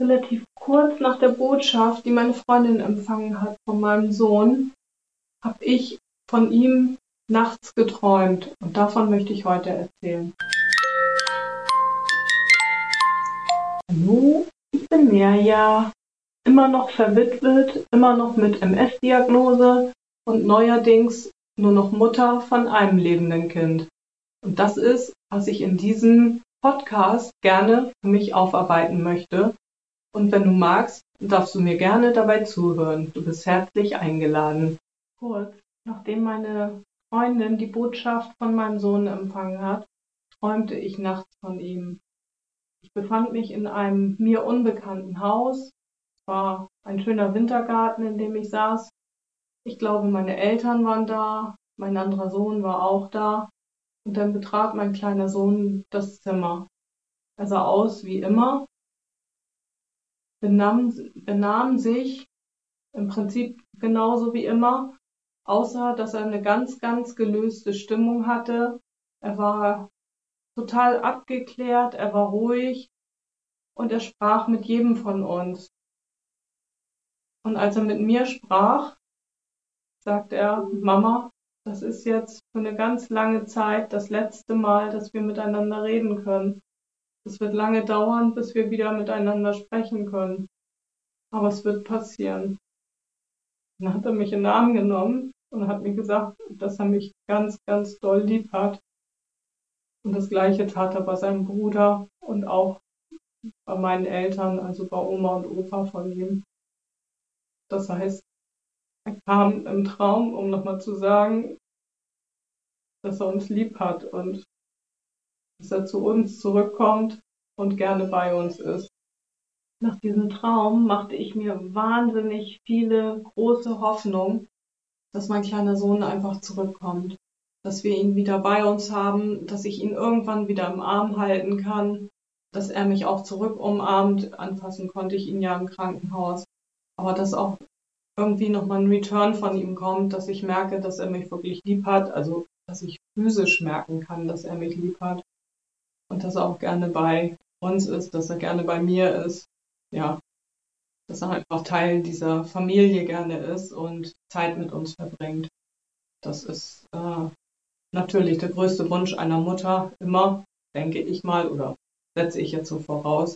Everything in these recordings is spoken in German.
Relativ kurz nach der Botschaft, die meine Freundin empfangen hat von meinem Sohn, habe ich von ihm nachts geträumt und davon möchte ich heute erzählen. Hallo, ich bin Mirja, immer noch verwitwet, immer noch mit MS-Diagnose und neuerdings nur noch Mutter von einem lebenden Kind. Und das ist, was ich in diesem Podcast gerne für mich aufarbeiten möchte. Und wenn du magst, darfst du mir gerne dabei zuhören. Du bist herzlich eingeladen. Kurz nachdem meine Freundin die Botschaft von meinem Sohn empfangen hat, träumte ich nachts von ihm. Ich befand mich in einem mir unbekannten Haus. Es war ein schöner Wintergarten, in dem ich saß. Ich glaube, meine Eltern waren da, mein anderer Sohn war auch da. Und dann betrat mein kleiner Sohn das Zimmer. Er sah aus wie immer, benahm sich im Prinzip genauso wie immer, außer dass er eine ganz, ganz gelöste Stimmung hatte. Er war total abgeklärt, er war ruhig und er sprach mit jedem von uns. Und als er mit mir sprach, sagte er: Mama, das ist jetzt für eine ganz lange Zeit das letzte Mal, dass wir miteinander reden können. Es wird lange dauern, bis wir wieder miteinander sprechen können. Aber es wird passieren. Dann hat er mich in den Arm genommen und hat mir gesagt, dass er mich ganz, ganz doll lieb hat. Und das Gleiche tat er bei seinem Bruder und auch bei meinen Eltern, also bei Oma und Opa von ihm. Das heißt, er kam im Traum, um nochmal zu sagen, dass er uns lieb hat und dass er zu uns zurückkommt und gerne bei uns ist. Nach diesem Traum machte ich mir wahnsinnig viele große Hoffnung, dass mein kleiner Sohn einfach zurückkommt, dass wir ihn wieder bei uns haben, dass ich ihn irgendwann wieder im Arm halten kann, dass er mich auch zurück umarmt. Anfassen konnte ich ihn ja im Krankenhaus, aber dass auch irgendwie nochmal ein Return von ihm kommt, dass ich merke, dass er mich wirklich lieb hat, also dass ich physisch merken kann, dass er mich lieb hat und dass er auch gerne bei uns ist, dass er gerne bei mir ist. Ja, dass er einfach Teil dieser Familie gerne ist und Zeit mit uns verbringt. Das ist natürlich der größte Wunsch einer Mutter, immer, denke ich mal, oder setze ich jetzt so voraus.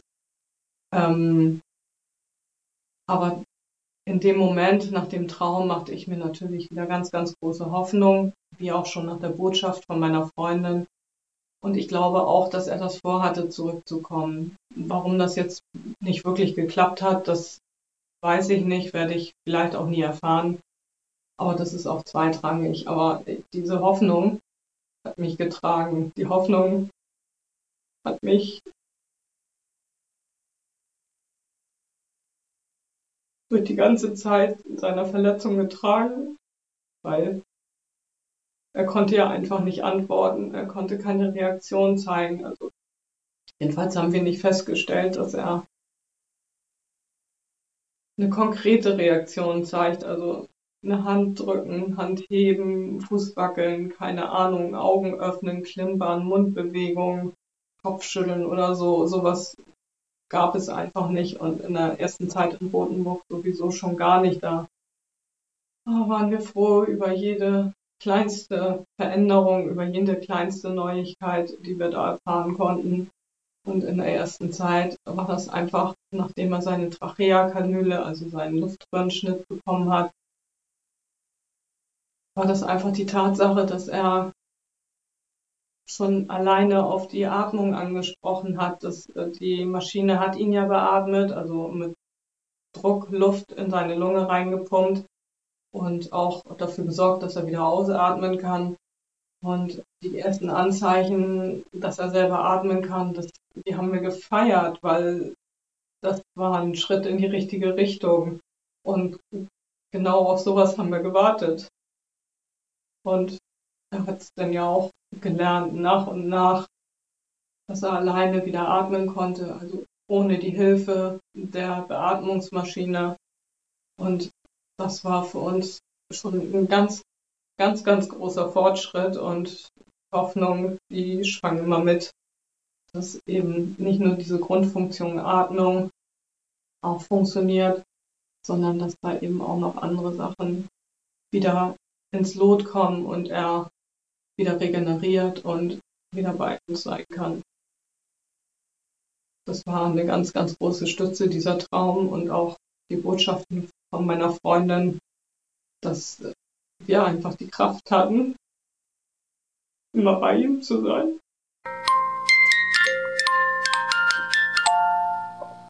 Aber in dem Moment, nach dem Traum, machte ich mir natürlich wieder ganz, ganz große Hoffnung, wie auch schon nach der Botschaft von meiner Freundin. Und ich glaube auch, dass er das vorhatte, zurückzukommen. Warum das jetzt nicht wirklich geklappt hat, das weiß ich nicht, werde ich vielleicht auch nie erfahren. Aber das ist auch zweitrangig. Aber diese Hoffnung hat mich getragen. Die Hoffnung hat mich durch die ganze Zeit seiner Verletzung getragen, weil er konnte ja einfach nicht antworten. Er konnte keine Reaktion zeigen. Also jedenfalls haben wir nicht festgestellt, dass er eine konkrete Reaktion zeigt. Also eine Hand drücken, Hand heben, Fuß wackeln, keine Ahnung, Augen öffnen, klimpern, Mundbewegungen, Kopfschütteln oder so. Sowas gab es einfach nicht und in der ersten Zeit in Rothenburg sowieso schon gar nicht. Da waren wir froh über jede kleinste Veränderung, über jede kleinste Neuigkeit, die wir da erfahren konnten. Und in der ersten Zeit war das einfach, nachdem er seine Tracheakanüle, also seinen Luftröhrenschnitt bekommen hat, war das einfach die Tatsache, dass er schon alleine auf die Atmung angesprochen hat. Die Maschine hat ihn ja beatmet, also mit Druck Luft in seine Lunge reingepumpt und auch dafür gesorgt, dass er wieder ausatmen kann. Und die ersten Anzeichen, dass er selber atmen kann, die haben wir gefeiert, weil das war ein Schritt in die richtige Richtung. Und genau auf sowas haben wir gewartet. Und er hat es dann ja auch gelernt, nach und nach, dass er alleine wieder atmen konnte, also ohne die Hilfe der Beatmungsmaschine. Und das war für uns schon ein ganz, ganz, ganz großer Fortschritt und Hoffnung, die schwang immer mit, dass eben nicht nur diese Grundfunktion Atmung auch funktioniert, sondern dass da eben auch noch andere Sachen wieder ins Lot kommen und er wieder regeneriert und wieder bei uns sein kann. Das war eine ganz, ganz große Stütze, dieser Traum und auch die Botschaften von meiner Freundin, dass wir einfach die Kraft hatten, immer bei ihm zu sein.